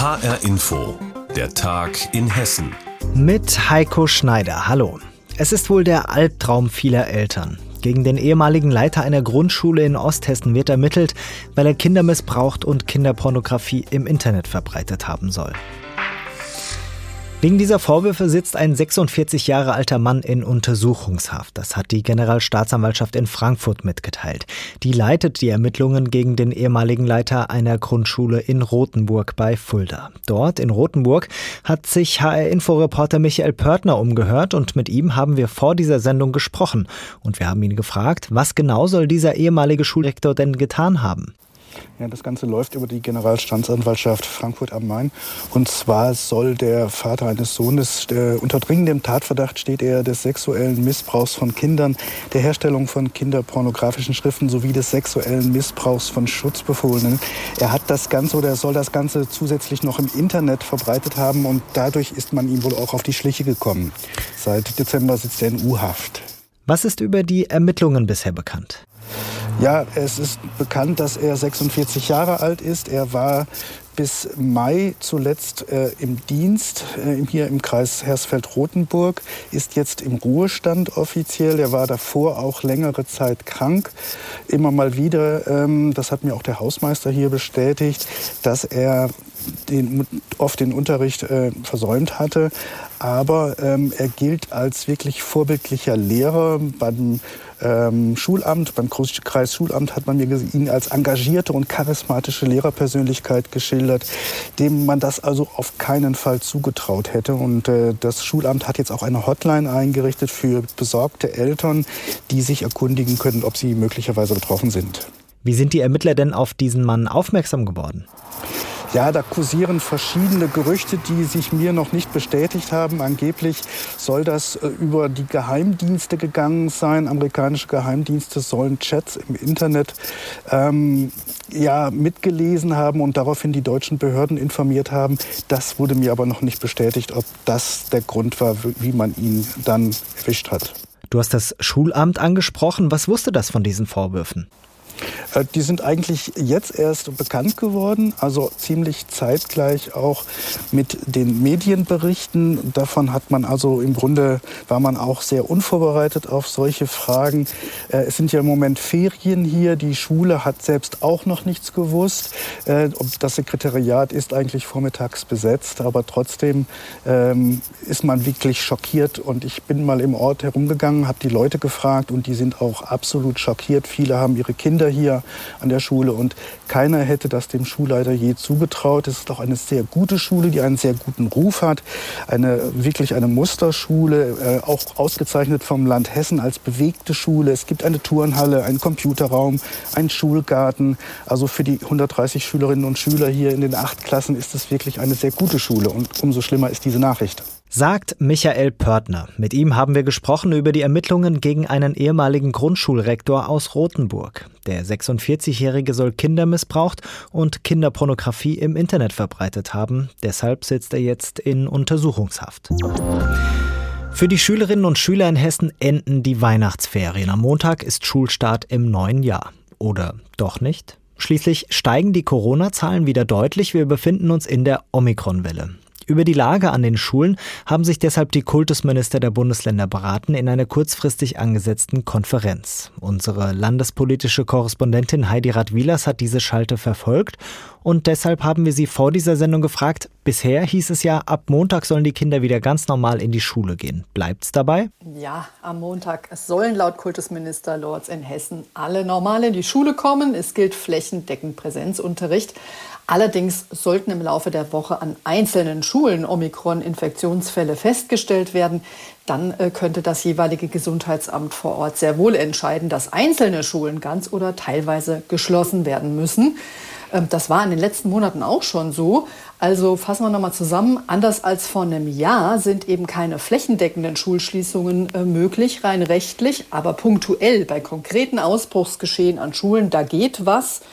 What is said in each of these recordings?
HR Info, der Tag in Hessen. Mit Heiko Schneider, hallo. Es ist wohl der Albtraum vieler Eltern. Gegen den ehemaligen Leiter einer Grundschule in Osthessen wird ermittelt, weil er Kinder missbraucht und Kinderpornografie im Internet verbreitet haben soll. Wegen dieser Vorwürfe sitzt ein 46 Jahre alter Mann in Untersuchungshaft. Das hat die Generalstaatsanwaltschaft in Frankfurt mitgeteilt. Die leitet die Ermittlungen gegen den ehemaligen Leiter einer Grundschule in Rothenburg bei Fulda. Dort in Rothenburg hat sich HR-Info-Reporter Michael Pörtner umgehört und mit ihm haben wir vor dieser Sendung gesprochen. Und wir haben ihn gefragt, was genau soll dieser ehemalige Schulrektor denn getan haben? Ja, das Ganze läuft über die Generalstaatsanwaltschaft Frankfurt am Main. Und zwar soll der Vater eines Sohnes, unter dringendem Tatverdacht steht er, des sexuellen Missbrauchs von Kindern, der Herstellung von kinderpornografischen Schriften sowie des sexuellen Missbrauchs von Schutzbefohlenen. Er hat das Ganze oder soll das Ganze zusätzlich noch im Internet verbreitet haben und dadurch ist man ihm wohl auch auf die Schliche gekommen. Seit Dezember sitzt er in U-Haft. Was ist über die Ermittlungen bisher bekannt? Ja, es ist bekannt, dass er 46 Jahre alt ist. Er war bis Mai zuletzt im Dienst hier im Kreis Hersfeld-Rotenburg, ist jetzt im Ruhestand offiziell. Er war davor auch längere Zeit krank. Immer mal wieder, das hat mir auch der Hausmeister hier bestätigt, dass er oft den Unterricht versäumt hatte. Aber er gilt als wirklich vorbildlicher Lehrer. Beim Schulamt, beim Kreisschulamt hat man mir ihn als engagierte und charismatische Lehrerpersönlichkeit geschildert, dem man das also auf keinen Fall zugetraut hätte. Und das Schulamt hat jetzt auch eine Hotline eingerichtet für besorgte Eltern, die sich erkundigen können, ob sie möglicherweise betroffen sind. Wie sind die Ermittler denn auf diesen Mann aufmerksam geworden? Ja, da kursieren verschiedene Gerüchte, die sich mir noch nicht bestätigt haben. Angeblich soll das über die Geheimdienste gegangen sein. Amerikanische Geheimdienste sollen Chats im Internet mitgelesen haben und daraufhin die deutschen Behörden informiert haben. Das wurde mir aber noch nicht bestätigt, ob das der Grund war, wie man ihn dann erwischt hat. Du hast das Schulamt angesprochen. Was wusste das von diesen Vorwürfen? Die sind eigentlich jetzt erst bekannt geworden, also ziemlich zeitgleich auch mit den Medienberichten. Davon hat man also im Grunde, war man auch sehr unvorbereitet auf solche Fragen. Es sind ja im Moment Ferien hier, die Schule hat selbst auch noch nichts gewusst. Das Sekretariat ist eigentlich vormittags besetzt, aber trotzdem ist man wirklich schockiert. Und ich bin mal im Ort herumgegangen, habe die Leute gefragt und die sind auch absolut schockiert. Viele haben ihre Kinder hier an der Schule und keiner hätte das dem Schulleiter je zugetraut. Es ist auch eine sehr gute Schule, die einen sehr guten Ruf hat. Wirklich eine Musterschule, auch ausgezeichnet vom Land Hessen als bewegte Schule. Es gibt eine Turnhalle, einen Computerraum, einen Schulgarten. Also für die 130 Schülerinnen und Schüler hier in den 8 Klassen ist es wirklich eine sehr gute Schule und umso schlimmer ist diese Nachricht. Sagt Michael Pörtner. Mit ihm haben wir gesprochen über die Ermittlungen gegen einen ehemaligen Grundschulrektor aus Rothenburg. Der 46-Jährige soll Kinder missbraucht und Kinderpornografie im Internet verbreitet haben. Deshalb sitzt er jetzt in Untersuchungshaft. Für die Schülerinnen und Schüler in Hessen enden die Weihnachtsferien. Am Montag ist Schulstart im neuen Jahr. Oder doch nicht? Schließlich steigen die Corona-Zahlen wieder deutlich. Wir befinden uns in der Omikron-Welle. Über die Lage an den Schulen haben sich deshalb die Kultusminister der Bundesländer beraten in einer kurzfristig angesetzten Konferenz. Unsere landespolitische Korrespondentin Heidi Radwilas hat diese Schalte verfolgt und deshalb haben wir sie vor dieser Sendung gefragt. Bisher hieß es ja, ab Montag sollen die Kinder wieder ganz normal in die Schule gehen. Bleibt's dabei? Ja, am Montag sollen laut Kultusminister Lorz in Hessen alle normal in die Schule kommen. Es gilt flächendeckend Präsenzunterricht. Allerdings sollten im Laufe der Woche an einzelnen Schulen Omikron-Infektionsfälle festgestellt werden. Dann könnte das jeweilige Gesundheitsamt vor Ort sehr wohl entscheiden, dass einzelne Schulen ganz oder teilweise geschlossen werden müssen. Das war in den letzten Monaten auch schon so. Also fassen wir nochmal zusammen. Anders als vor einem Jahr sind eben keine flächendeckenden Schulschließungen möglich, rein rechtlich. Aber punktuell bei konkreten Ausbruchsgeschehen an Schulen, da geht was.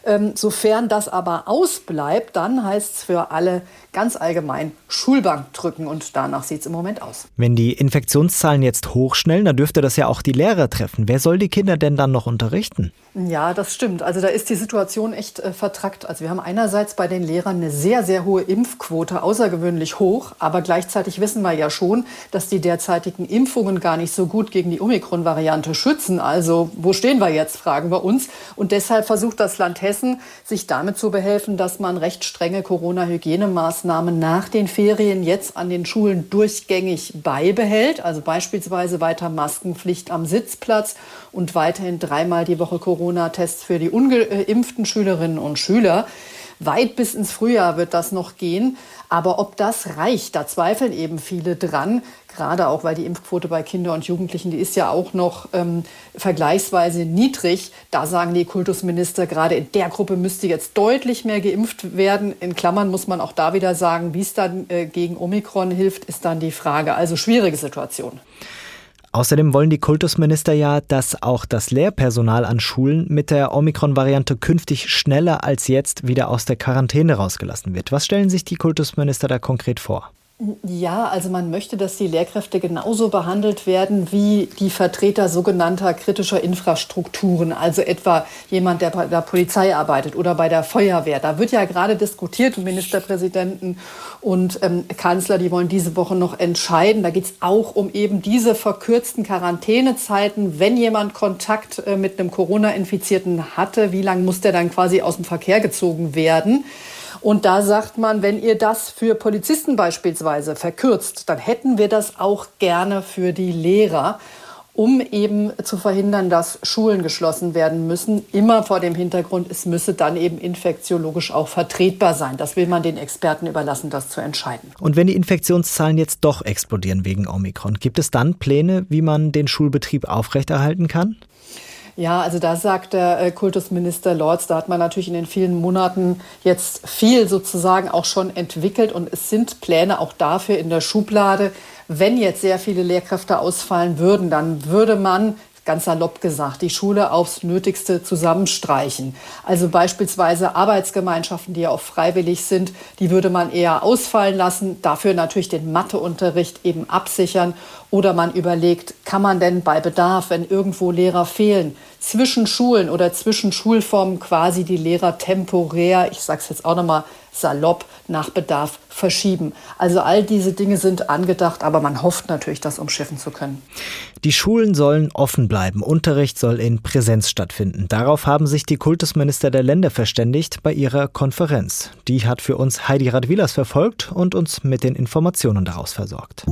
Sofern das aber ausbleibt, dann heißt es für alle ganz allgemein Schulbank drücken und danach sieht es im Moment aus. Wenn die Infektionszahlen jetzt hochschnellen, dann dürfte das ja auch die Lehrer treffen. Wer soll die Kinder denn dann noch unterrichten? Ja, das stimmt. Also da ist die Situation echt vertrackt. Also wir haben einerseits bei den Lehrern eine sehr, sehr hohe Impfquote, außergewöhnlich hoch. Aber gleichzeitig wissen wir ja schon, dass die derzeitigen Impfungen gar nicht so gut gegen die Omikron-Variante schützen. Also wo stehen wir jetzt, fragen wir uns. Und deshalb versucht das Land Hessen, sich damit zu behelfen, dass man recht strenge Corona-Hygienemaßnahmen nach den Ferien jetzt an den Schulen durchgängig beibehält. Also beispielsweise weiter Maskenpflicht am Sitzplatz und weiterhin 3-mal die Woche Corona-Tests für die ungeimpften Schülerinnen und Schüler. Weit bis ins Frühjahr wird das noch gehen. Aber ob das reicht, da zweifeln eben viele dran. Gerade auch, weil die Impfquote bei Kindern und Jugendlichen, die ist ja auch noch vergleichsweise niedrig. Da sagen die Kultusminister, gerade in der Gruppe müsste jetzt deutlich mehr geimpft werden. In Klammern muss man auch da wieder sagen, wie es dann gegen Omikron hilft, ist dann die Frage. Also schwierige Situation. Außerdem wollen die Kultusminister ja, dass auch das Lehrpersonal an Schulen mit der Omikron-Variante künftig schneller als jetzt wieder aus der Quarantäne rausgelassen wird. Was stellen sich die Kultusminister da konkret vor? Ja, also man möchte, dass die Lehrkräfte genauso behandelt werden wie die Vertreter sogenannter kritischer Infrastrukturen, also etwa jemand, der bei der Polizei arbeitet oder bei der Feuerwehr. Da wird ja gerade diskutiert, Ministerpräsidenten und Kanzler, die wollen diese Woche noch entscheiden. Da geht es auch um eben diese verkürzten Quarantänezeiten. Wenn jemand Kontakt mit einem Corona-Infizierten hatte, wie lange muss der dann quasi aus dem Verkehr gezogen werden? Und da sagt man, wenn ihr das für Polizisten beispielsweise verkürzt, dann hätten wir das auch gerne für die Lehrer, um eben zu verhindern, dass Schulen geschlossen werden müssen. Immer vor dem Hintergrund, es müsse dann eben infektiologisch auch vertretbar sein. Das will man den Experten überlassen, das zu entscheiden. Und wenn die Infektionszahlen jetzt doch explodieren wegen Omikron, gibt es dann Pläne, wie man den Schulbetrieb aufrechterhalten kann? Ja, also da sagt der Kultusminister Lorz, da hat man natürlich in den vielen Monaten jetzt viel sozusagen auch schon entwickelt und es sind Pläne auch dafür in der Schublade. Wenn jetzt sehr viele Lehrkräfte ausfallen würden, dann würde man, ganz salopp gesagt, die Schule aufs Nötigste zusammenstreichen. Also beispielsweise Arbeitsgemeinschaften, die ja auch freiwillig sind, die würde man eher ausfallen lassen, dafür natürlich den Matheunterricht eben absichern. Oder man überlegt, kann man denn bei Bedarf, wenn irgendwo Lehrer fehlen, zwischen Schulen oder zwischen Schulformen quasi die Lehrer temporär, ich sage es jetzt auch nochmal salopp, nach Bedarf verschieben. Also all diese Dinge sind angedacht, aber man hofft natürlich, das umschiffen zu können. Die Schulen sollen offen bleiben, Unterricht soll in Präsenz stattfinden. Darauf haben sich die Kultusminister der Länder verständigt bei ihrer Konferenz. Die hat für uns Heidi Radwilas verfolgt und uns mit den Informationen daraus versorgt.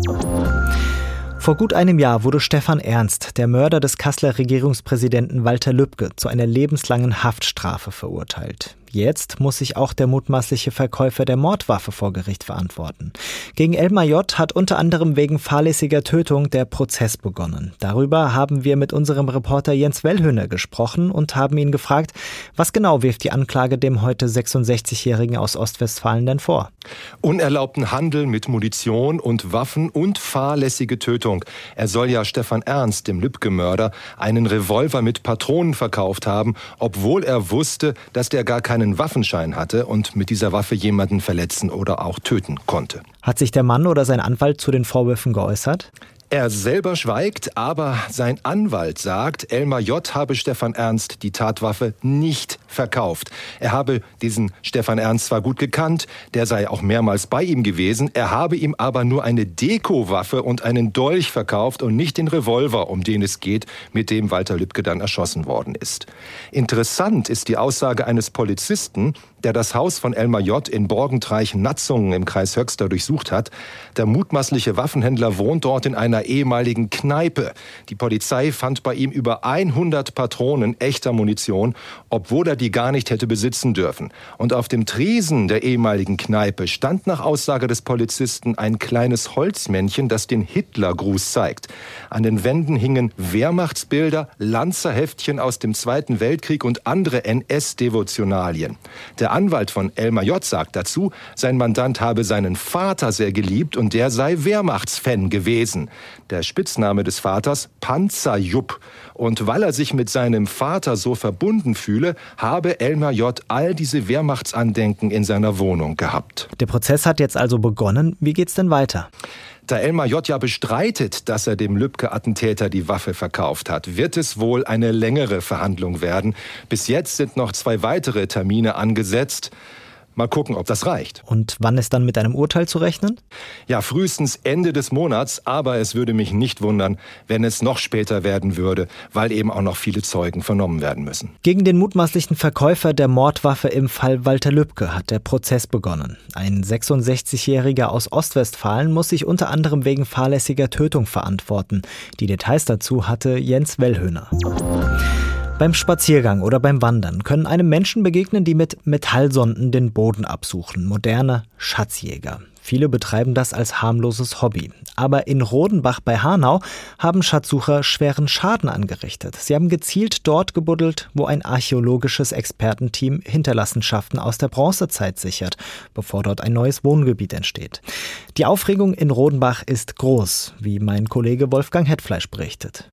Vor gut einem Jahr wurde Stefan Ernst, der Mörder des Kasseler Regierungspräsidenten Walter Lübcke, zu einer lebenslangen Haftstrafe verurteilt. Jetzt muss sich auch der mutmaßliche Verkäufer der Mordwaffe vor Gericht verantworten. Gegen Elmar J. hat unter anderem wegen fahrlässiger Tötung der Prozess begonnen. Darüber haben wir mit unserem Reporter Jens Wellhöhner gesprochen und haben ihn gefragt, was genau wirft die Anklage dem heute 66-Jährigen aus Ostwestfalen denn vor? Unerlaubten Handel mit Munition und Waffen und fahrlässige Tötung. Er soll ja Stefan Ernst, dem Lübcke-Mörder, einen Revolver mit Patronen verkauft haben, obwohl er wusste, dass der gar keinen Waffenschein hatte und mit dieser Waffe jemanden verletzen oder auch töten konnte. Hat sich der Mann oder sein Anwalt zu den Vorwürfen geäußert? Er selber schweigt, aber sein Anwalt sagt, Elmar J. habe Stefan Ernst die Tatwaffe nicht verkauft. Er habe diesen Stefan Ernst zwar gut gekannt, der sei auch mehrmals bei ihm gewesen, er habe ihm aber nur eine Dekowaffe und einen Dolch verkauft und nicht den Revolver, um den es geht, mit dem Walter Lübcke dann erschossen worden ist. Interessant ist die Aussage eines Polizisten, der das Haus von Elmar J. in Borgentreich-Natzungen im Kreis Höxter durchsucht hat. Der mutmaßliche Waffenhändler wohnt dort in einer ehemaligen Kneipe. Die Polizei fand bei ihm über 100 Patronen echter Munition, obwohl er die gar nicht hätte besitzen dürfen. Und auf dem Tresen der ehemaligen Kneipe stand nach Aussage des Polizisten ein kleines Holzmännchen, das den Hitlergruß zeigt. An den Wänden hingen Wehrmachtsbilder, Lanzerheftchen aus dem Zweiten Weltkrieg und andere NS-Devotionalien. Der Der Anwalt von Elmar J. sagt dazu, sein Mandant habe seinen Vater sehr geliebt und der sei Wehrmachtsfan gewesen. Der Spitzname des Vaters Panzerjupp. Und weil er sich mit seinem Vater so verbunden fühle, habe Elmar J. all diese Wehrmachtsandenken in seiner Wohnung gehabt. Der Prozess hat jetzt also begonnen. Wie geht's denn weiter? Da Elmar J. ja bestreitet, dass er dem Lübcke-Attentäter die Waffe verkauft hat, wird es wohl eine längere Verhandlung werden. Bis jetzt sind noch 2 weitere Termine angesetzt. Mal gucken, ob das reicht. Und wann ist dann mit einem Urteil zu rechnen? Ja, frühestens Ende des Monats, aber es würde mich nicht wundern, wenn es noch später werden würde, weil eben auch noch viele Zeugen vernommen werden müssen. Gegen den mutmaßlichen Verkäufer der Mordwaffe im Fall Walter Lübcke hat der Prozess begonnen. Ein 66-Jähriger aus Ostwestfalen muss sich unter anderem wegen fahrlässiger Tötung verantworten. Die Details dazu hatte Jens Wellhöhner. Beim Spaziergang oder beim Wandern können einem Menschen begegnen, die mit Metallsonden den Boden absuchen. Moderne Schatzjäger. Viele betreiben das als harmloses Hobby. Aber in Rodenbach bei Hanau haben Schatzsucher schweren Schaden angerichtet. Sie haben gezielt dort gebuddelt, wo ein archäologisches Expertenteam Hinterlassenschaften aus der Bronzezeit sichert, bevor dort ein neues Wohngebiet entsteht. Die Aufregung in Rodenbach ist groß, wie mein Kollege Wolfgang Hetfleisch berichtet.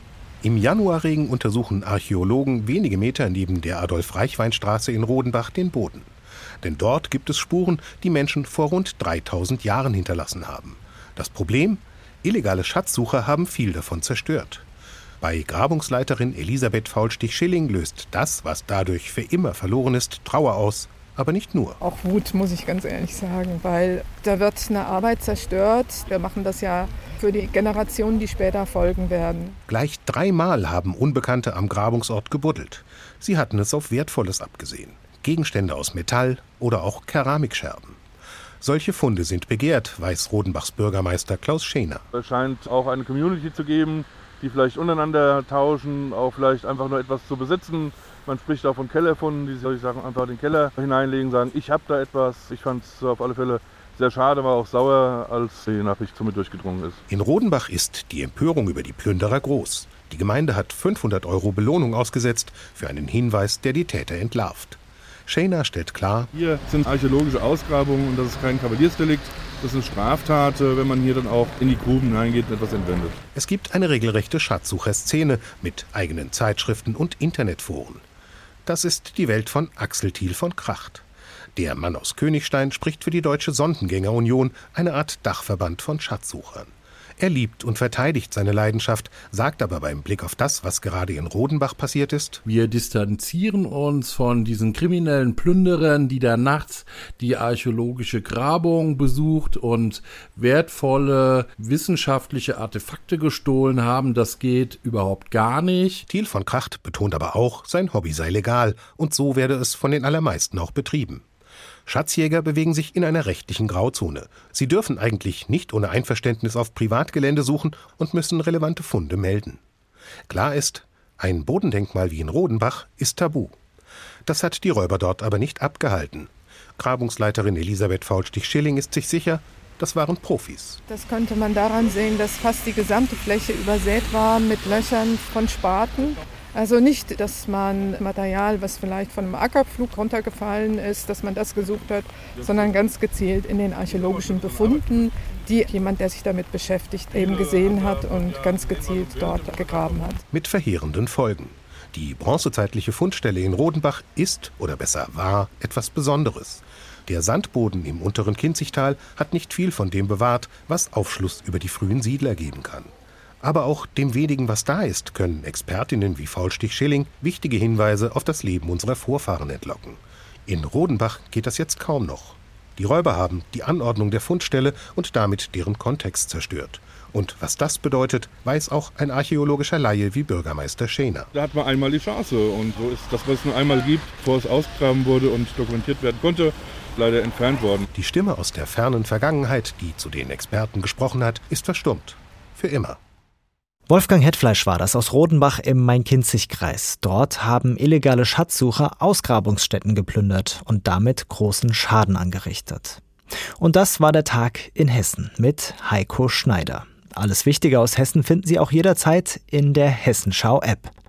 Im Januarregen untersuchen Archäologen wenige Meter neben der Adolf-Reichwein-Straße in Rodenbach den Boden. Denn dort gibt es Spuren, die Menschen vor rund 3000 Jahren hinterlassen haben. Das Problem? Illegale Schatzsucher haben viel davon zerstört. Bei Grabungsleiterin Elisabeth Faulstich-Schilling löst das, was dadurch für immer verloren ist, Trauer aus. Aber nicht nur. Auch Wut, muss ich ganz ehrlich sagen, weil da wird eine Arbeit zerstört. Wir machen das ja für die Generationen, die später folgen werden. Gleich 3-mal haben Unbekannte am Grabungsort gebuddelt. Sie hatten es auf Wertvolles abgesehen. Gegenstände aus Metall oder auch Keramikscherben. Solche Funde sind begehrt, weiß Rodenbachs Bürgermeister Klaus Schener. Es scheint auch eine Community zu geben, die vielleicht untereinander tauschen, auch vielleicht einfach nur etwas zu besitzen. Man spricht auch von Kellerfunden, die solche Sachen einfach in den Keller hineinlegen, sagen, ich habe da etwas. Ich fand es auf alle Fälle sehr schade, war auch sauer, als die Nachricht zu mir durchgedrungen ist. In Rodenbach ist die Empörung über die Plünderer groß. Die Gemeinde hat 500 € Belohnung ausgesetzt für einen Hinweis, der die Täter entlarvt. Schener stellt klar, hier sind archäologische Ausgrabungen und das ist kein Kavaliersdelikt, das ist eine Straftat, wenn man hier dann auch in die Gruben hineingeht und etwas entwendet. Es gibt eine regelrechte Schatzsucherszene mit eigenen Zeitschriften und Internetforen. Das ist die Welt von Axel Thiel von Kracht. Der Mann aus Königstein spricht für die Deutsche Sondengängerunion, eine Art Dachverband von Schatzsuchern. Er liebt und verteidigt seine Leidenschaft, sagt aber beim Blick auf das, was gerade in Rodenbach passiert ist: Wir distanzieren uns von diesen kriminellen Plünderern, die da nachts die archäologische Grabung besucht und wertvolle wissenschaftliche Artefakte gestohlen haben. Das geht überhaupt gar nicht. Thiel von Kracht betont aber auch, sein Hobby sei legal und so werde es von den allermeisten auch betrieben. Schatzjäger bewegen sich in einer rechtlichen Grauzone. Sie dürfen eigentlich nicht ohne Einverständnis auf Privatgelände suchen und müssen relevante Funde melden. Klar ist, ein Bodendenkmal wie in Rodenbach ist tabu. Das hat die Räuber dort aber nicht abgehalten. Grabungsleiterin Elisabeth Faulstich-Schilling ist sich sicher, das waren Profis. Das könnte man daran sehen, dass fast die gesamte Fläche übersät war mit Löchern von Spaten. Also nicht, dass man Material, was vielleicht von einem Ackerpflug runtergefallen ist, dass man das gesucht hat, sondern ganz gezielt in den archäologischen Befunden, die jemand, der sich damit beschäftigt, eben gesehen hat und ganz gezielt dort gegraben hat. Mit verheerenden Folgen. Die bronzezeitliche Fundstelle in Rodenbach ist, oder besser war, etwas Besonderes. Der Sandboden im unteren Kinzigtal hat nicht viel von dem bewahrt, was Aufschluss über die frühen Siedler geben kann. Aber auch dem wenigen, was da ist, können Expertinnen wie Faulstich-Schilling wichtige Hinweise auf das Leben unserer Vorfahren entlocken. In Rodenbach geht das jetzt kaum noch. Die Räuber haben die Anordnung der Fundstelle und damit deren Kontext zerstört. Und was das bedeutet, weiß auch ein archäologischer Laie wie Bürgermeister Schener. Da hat man einmal die Chance und so ist das, was es nur einmal gibt, bevor es ausgegraben wurde und dokumentiert werden konnte, leider entfernt worden. Die Stimme aus der fernen Vergangenheit, die zu den Experten gesprochen hat, ist verstummt. Für immer. Wolfgang Hetfleisch war das aus Rodenbach im Main-Kinzig-Kreis. Dort haben illegale Schatzsucher Ausgrabungsstätten geplündert und damit großen Schaden angerichtet. Und das war der Tag in Hessen mit Heiko Schneider. Alles Wichtige aus Hessen finden Sie auch jederzeit in der Hessenschau-App.